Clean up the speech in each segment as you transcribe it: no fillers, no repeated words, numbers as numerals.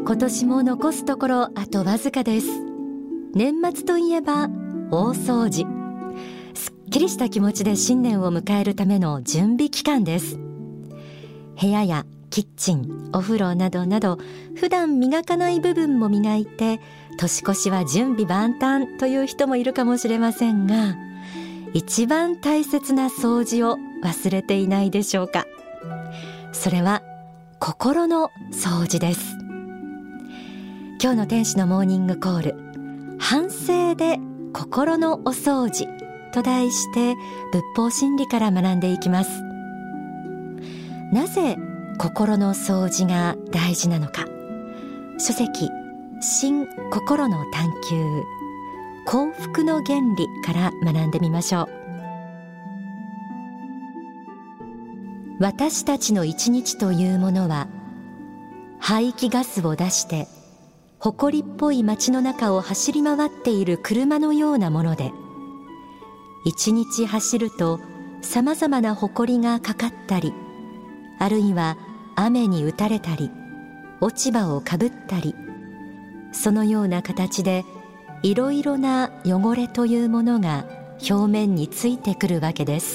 今年も残すところあとわずかです。年末といえば大掃除。すっきりした気持ちで新年を迎えるための準備期間です。部屋やキッチン、お風呂などなど普段磨かない部分も磨いて、年越しは準備万端という人もいるかもしれませんが、一番大切な掃除を忘れていないでしょうか。それは心の掃除です。今日の天使のモーニングコール、反省で心のお掃除と題して仏法真理から学んでいきます。なぜ心の掃除が大事なのか、書籍新心の探求、幸福の原理から学んでみましょう。私たちの一日というものは、排気ガスを出して埃っぽい街の中を走り回っている車のようなもので、一日走るとさまざまな埃がかかったり、あるいは雨に打たれたり、落ち葉をかぶったり、そのような形でいろいろな汚れというものが表面についてくるわけです。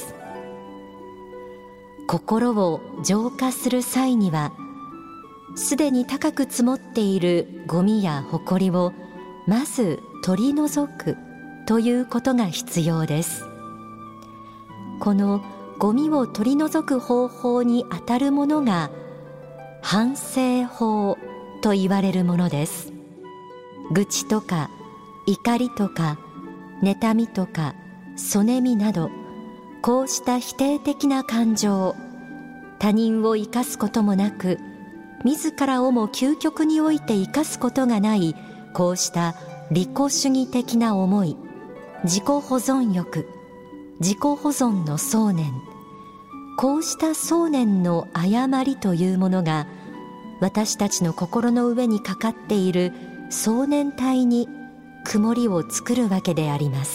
心を浄化する際には、すでに高く積もっているゴミや埃をまず取り除くということが必要です。このゴミを取り除く方法にあたるものが反省法と言われるものです。愚痴とか怒りとか妬みとかそねみなど、こうした否定的な感情、他人を生かすこともなく、自らをも究極において生かすことがない、こうした利己主義的な思い、自己保存欲、自己保存の想念、こうした想念の誤りというものが、私たちの心の上にかかっている想念体に曇りを作るわけであります。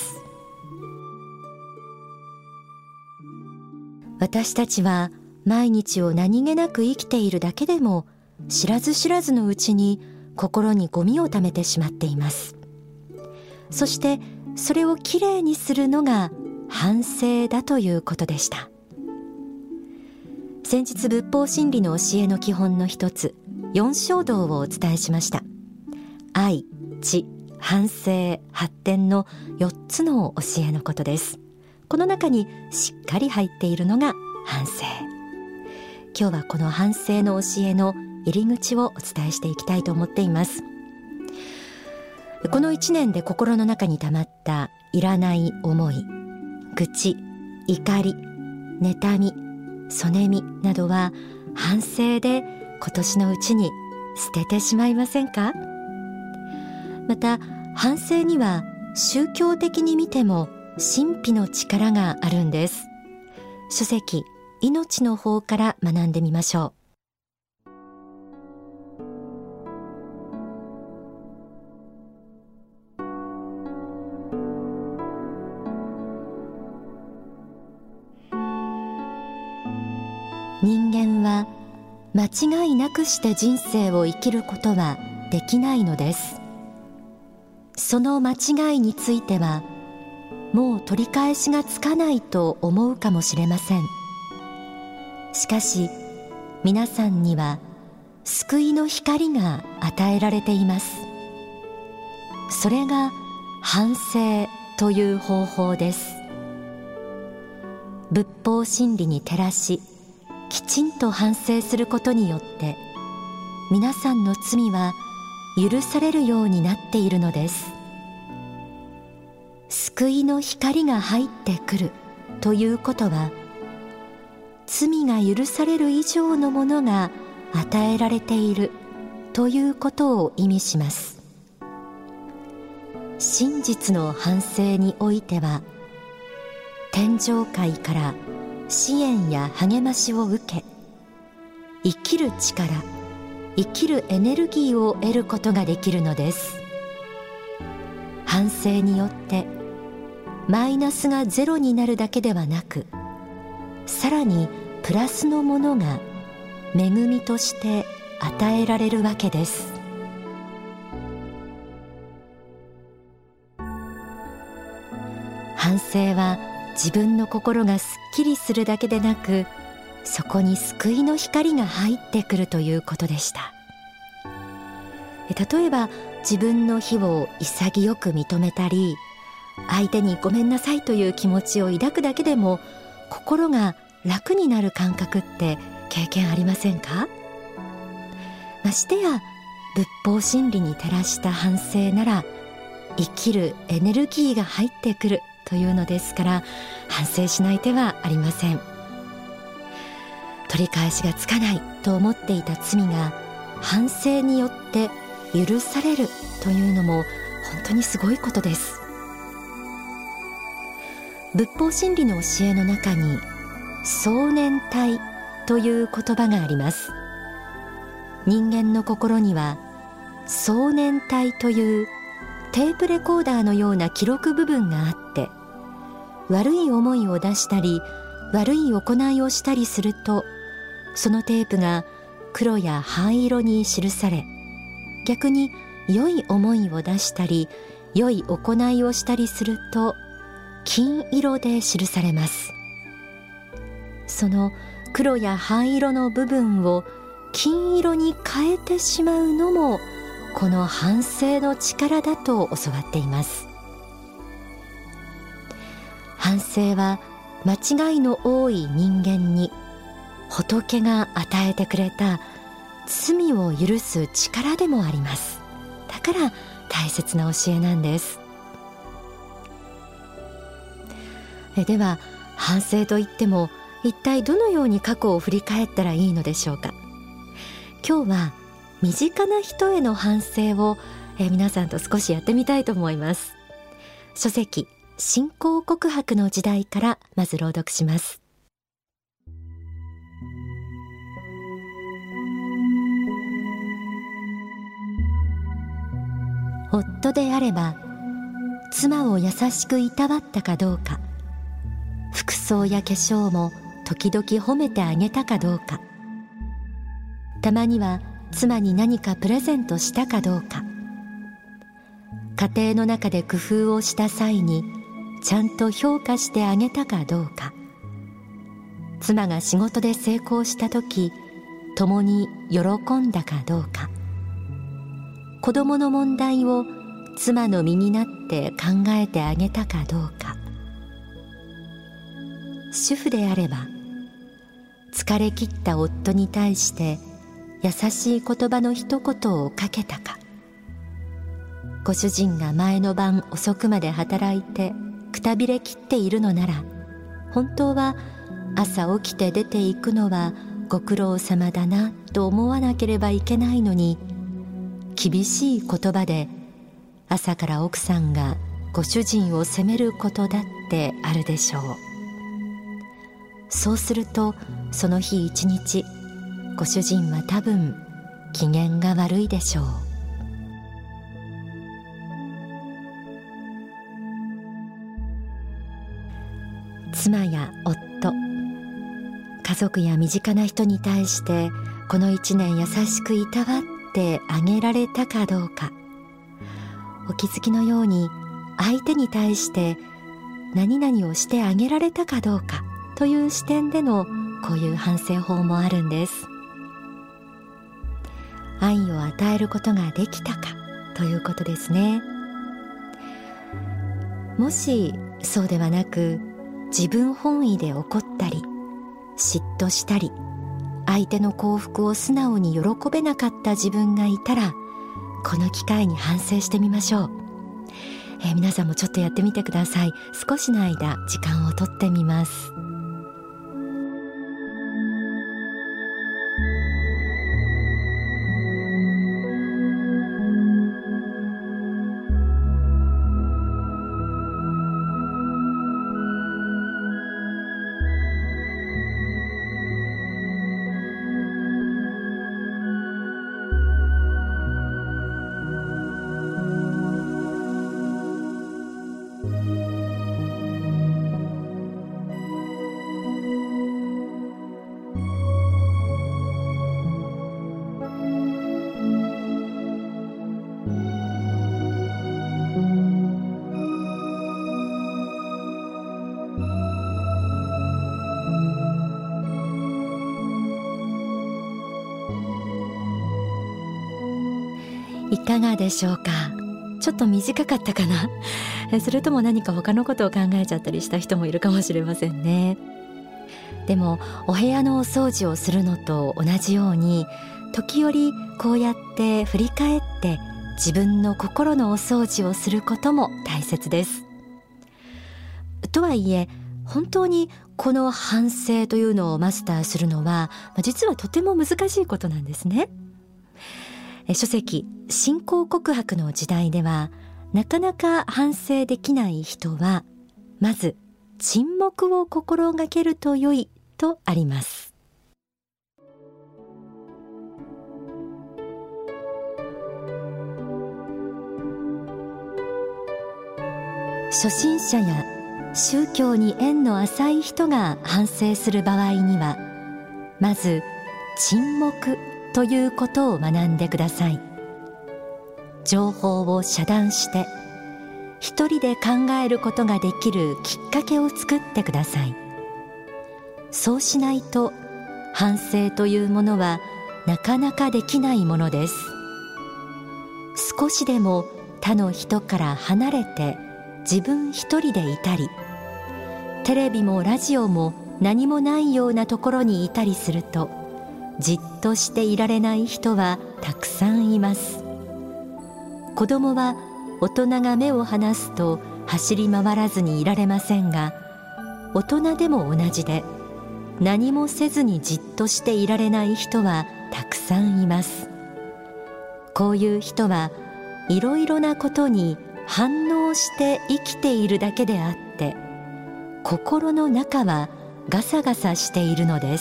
私たちは毎日を何気なく生きているだけでも、知らず知らずのうちに心にゴミを溜めてしまっています。そしてそれをきれいにするのが反省だということでした。先日仏法真理の教えの基本の一つ、四正道をお伝えしました。愛、知、反省、発展の4つの教えのことです。この中にしっかり入っているのが反省。今日はこの反省の教えの入り口をお伝えしていきたいと思っています。この1年で心の中に溜まったいらない思い、愚痴、怒り、妬み、そねみなどは反省で今年のうちに捨ててしまいませんか？また反省には宗教的に見ても神秘の力があるんです。書籍命の法から学んでみましょう。人間は間違いなくして人生を生きることはできないのです。その間違いについてはもう取り返しがつかないと思うかもしれません。しかし皆さんには救いの光が与えられています。それが反省という方法です。仏法真理に照らし、きちんと反省することによって、皆さんの罪は許されるようになっているのです。救いの光が入ってくるということは、罪が許される以上のものが与えられているということを意味します。真実の反省においては、天上界から支援や励ましを受け、生きる力、生きるエネルギーを得ることができるのです。反省によってマイナスがゼロになるだけではなく、さらにプラスのものが恵みとして与えられるわけです。 反省は自分の心がすっきりするだけでなく、そこに救いの光が入ってくるということでした。例えば自分の非を潔く認めたり、相手にごめんなさいという気持ちを抱くだけでも心が楽になる感覚って経験ありませんか？ましてや仏法真理に照らした反省なら生きるエネルギーが入ってくるというのですから、反省しない手はありません。取り返しがつかないと思っていた罪が反省によって許されるというのも本当にすごいことです。仏法真理の教えの中に想念体という言葉があります。人間の心には想念体というテープレコーダーのような記録部分があって、悪い思いを出したり悪い行いをしたりすると、そのテープが黒や灰色に記され、逆に良い思いを出したり良い行いをしたりすると金色で記されます。その黒や灰色の部分を金色に変えてしまうのもこの反省の力だと教わっています。反省は間違いの多い人間に仏が与えてくれた罪を許す力でもあります。だから大切な教えなんです。では反省といっても一体どのように過去を振り返ったらいいのでしょうか。今日は身近な人への反省を皆さんと少しやってみたいと思います。書籍信仰告白の時代からまず朗読します。夫であれば妻を優しくいたわったかどうか、服装や化粧も時々褒めてあげたかどうか、たまには妻に何かプレゼントしたかどうか、家庭の中で工夫をした際にちゃんと評価してあげたかどうか、妻が仕事で成功した時共に喜んだかどうか、子供の問題を妻の身になって考えてあげたかどうか、主婦であれば疲れ切った夫に対して優しい言葉の一言をかけたか、ご主人が前の晩遅くまで働いてくたびれ切っているのなら、本当は朝起きて出ていくのはご苦労様だなと思わなければいけないのに、厳しい言葉で朝から奥さんがご主人を責めることだってあるでしょう。そうするとその日一日ご主人は多分機嫌が悪いでしょう。妻や夫、家族や身近な人に対してこの一年優しくいたわってあげられたかどうか、お気づきのように相手に対して何々をしてあげられたかどうかという視点でのこういう反省法もあるんです。愛を与えることができたかということですね。もしそうではなく自分本位で怒ったり嫉妬したり相手の幸福を素直に喜べなかった自分がいたら、この機会に反省してみましょう。皆さんもちょっとやってみてください。少しの間時間をとってみます。 いかがでしょうか。ちょっと短かったかなそれとも何か他のことを考えちゃったりした人もいるかもしれませんね。でもお部屋のお掃除をするのと同じように、時折こうやって振り返って自分の心のお掃除をすることも大切です。とはいえ本当にこの反省というのをマスターするのは実はとても難しいことなんですね。書籍信仰告白の時代では、なかなか反省できない人はまず沈黙を心がけると良いとあります。初心者や宗教に縁の浅い人が反省する場合には、まず沈黙ということを学んでください。情報を遮断して一人で考えることができるきっかけを作ってください。そうしないと反省というものはなかなかできないものです。少しでも他の人から離れて自分一人でいたり、テレビもラジオも何もないようなところにいたりすると、じっとしていられない人はたくさんいます。子供は大人が目を離すと走り回らずにいられませんが、大人でも同じで、何もせずにじっとしていられない人はたくさんいます。こういう人はいろいろなことに反応して生きているだけであって、心の中はガサガサしているのです。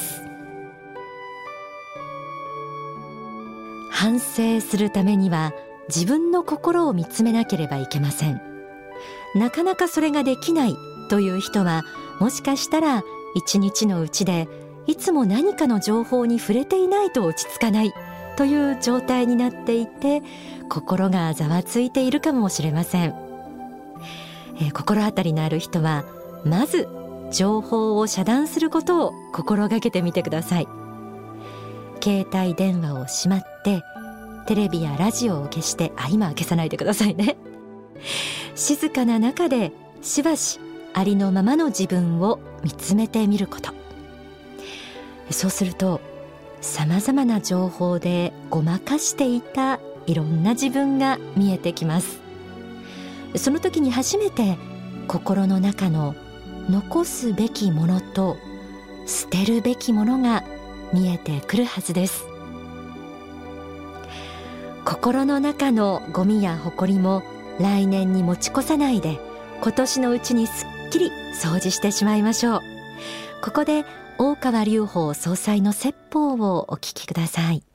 反省するためには自分の心を見つめなければいけません。なかなかそれができないという人は、もしかしたら一日のうちでいつも何かの情報に触れていないと落ち着かないという状態になっていて、心がざわついているかもしれません。心当たりのある人はまず情報を遮断することを心がけてみてください。携帯電話をしまって、テレビやラジオを消して、今は消さないでくださいね。静かな中でしばしありのままの自分を見つめてみること。そうするとさまざまな情報でごまかしていたいろんな自分が見えてきます。その時に初めて心の中の残すべきものと捨てるべきものが見えてくるはずです。心の中のゴミや埃も来年に持ち越さないで、今年のうちにすっきり掃除してしまいましょう。ここで大川隆法総裁の説法をお聞きください。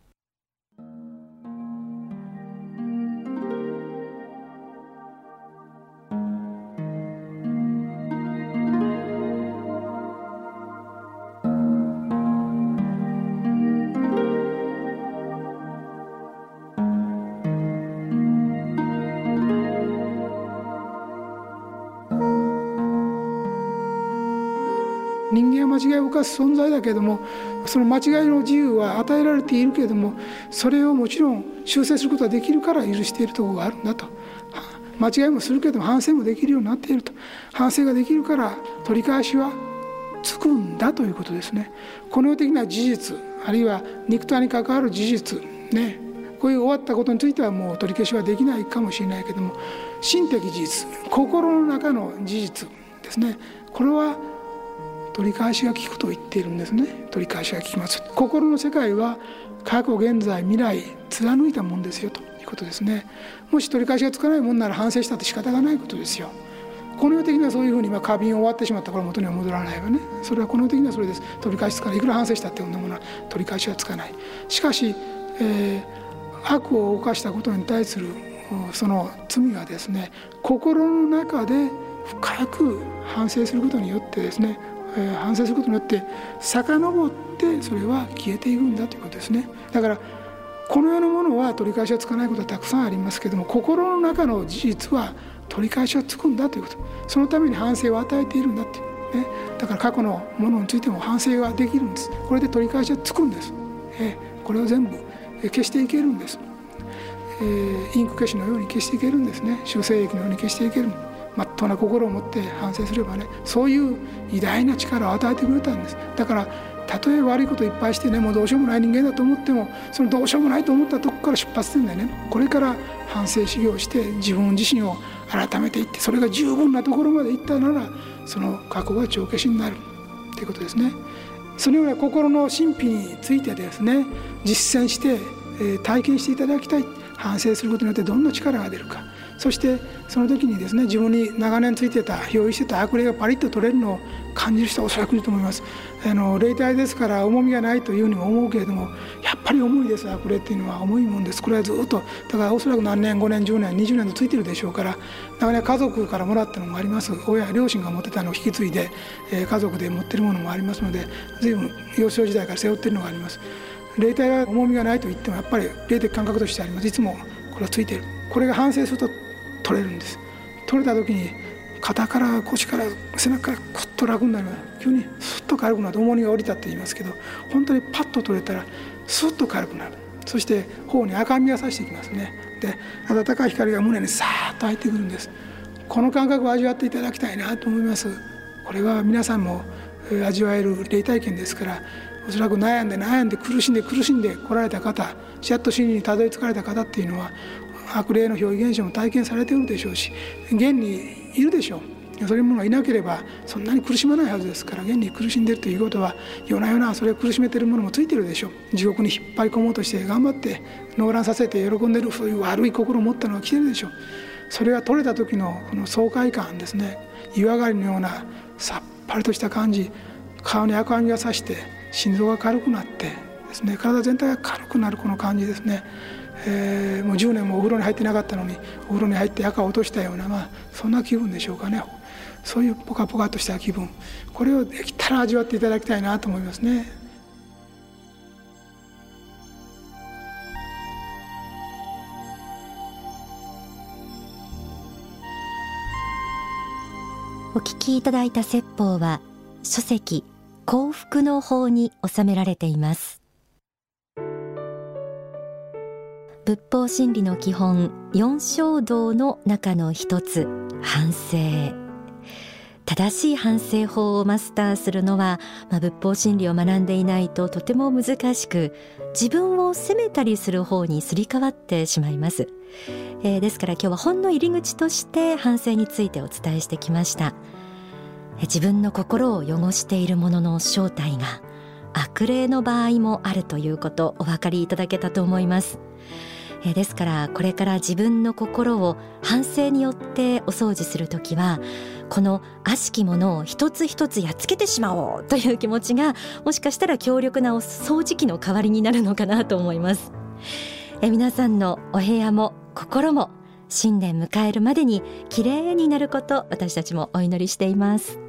人間は間違いを犯す存在だけれども、その間違いの自由は与えられているけれども、それをもちろん修正することができるから許しているところがあるんだと。間違いもするけれども反省もできるようになっていると。反省ができるから取り返しはつくんだということですね。この世的な事実、あるいは肉体に関わる事実ね、こういう終わったことについてはもう取り消しはできないかもしれないけれども、心的事実、心の中の事実ですね、これは取り返しが効くと言っているんですね。取り返しが効きます。心の世界は過去現在未来貫いたもんですよということですね。もし取り返しがつかないもんなら反省したって仕方がないことですよ。この世的にはそういうふうに過敏終わってしまったから元には戻らないわね。それはこの世的にはそれです。取り返しつかない。いくら反省したっていうようなものは取り返しはつかない。しかし、悪を犯したことに対するその罪がですね、心の中で深く反省することによってですね、反省することによって遡ってそれは消えていくんだということですね。だからこの世のものは取り返しはつかないことはたくさんありますけども、心の中の事実は取り返しはつくんだということ、そのために反省を与えているんだっていう、ね、だから過去のものについても反省ができるんです。これで取り返しはつくんです。これを全部消していけるんです。 インク消しのように消していけるんですね。修正液のように消していける。まっとうな心を持って反省すればね、そういう偉大な力を与えてくれたんです。だからたとえ悪いこといっぱいしてね、もうどうしようもない人間だと思っても、そのどうしようもないと思ったとこから出発点でね、これから反省修行して自分自身を改めていって、それが十分なところまでいったなら、その過去が帳消しになるということですね。そのような心の神秘についてですね、実践して体験していただきたい。反省することによってどんな力が出るか、そしてその時にですね、自分に長年ついてた憑依してた悪霊がパリッと取れるのを感じる人はおそらくいると思います。霊体ですから重みがないというふうにも思うけれども、やっぱり重いです。悪霊っていうのは重いもんです。これはずっとだからおそらく何年5年10年20年とついてるでしょうから、長年家族からもらったのもあります。親両親が持ってたのを引き継いで、家族で持ってるものもありますので、随分幼少時代から背負ってるのがあります。霊体は重みがないと言ってもやっぱり霊的感覚としてあります。いつもこれはついている。これが反省すると取れるんです。取れた時に肩から腰から背中からクッと楽になる。急にスッと軽くなって重荷が降りたって言いますけど、本当にパッと取れたらスッと軽くなる。そして頬に赤みがさしていきますね。で、暖かい光が胸にさーっと入ってくるんです。この感覚を味わっていただきたいなと思います。これは皆さんも味わえる霊体験ですから、おそらく悩んで苦しんで来られた方、やっと真理にたどり着かれた方っていうのは、悪霊の表現現象も体験されているでしょうし、現にいるでしょう。そういうものがいなければそんなに苦しまないはずですから、現に苦しんでいるということは、夜な夜なそれを苦しめているものもついているでしょう。地獄に引っ張り込もうとして頑張って動乱させて喜んでいる、そういう悪い心を持ったのが来ているでしょう。それが取れた時のこの爽快感ですね。湯上がりのようなさっぱりとした感じ、顔に赤みがさして心臓が軽くなってですね、体全体が軽くなるこの感じですね。もう10年もお風呂に入ってなかったのにお風呂に入って赤を落としたような、そんな気分でしょうかね。そういうポカポカとした気分、これをできたら味わっていただきたいなと思いますね。 お聞きいただいた説法は書籍幸福の法に収められています。仏法真理の基本四正道の中の一つ、反省。正しい反省法をマスターするのは、仏法真理を学んでいないととても難しく、自分を責めたりする方にすり替わってしまいます。ですから今日はほんの入り口として反省についてお伝えしてきました。自分の心を汚しているものの正体が悪霊の場合もあるということ、お分かりいただけたと思います。ですからこれから自分の心を反省によってお掃除するときは、この悪しきものを一つ一つやっつけてしまおうという気持ちが、もしかしたら強力なお掃除機の代わりになるのかなと思います。皆さんのお部屋も心も新年迎えるまでにきれいになること、私たちもお祈りしています。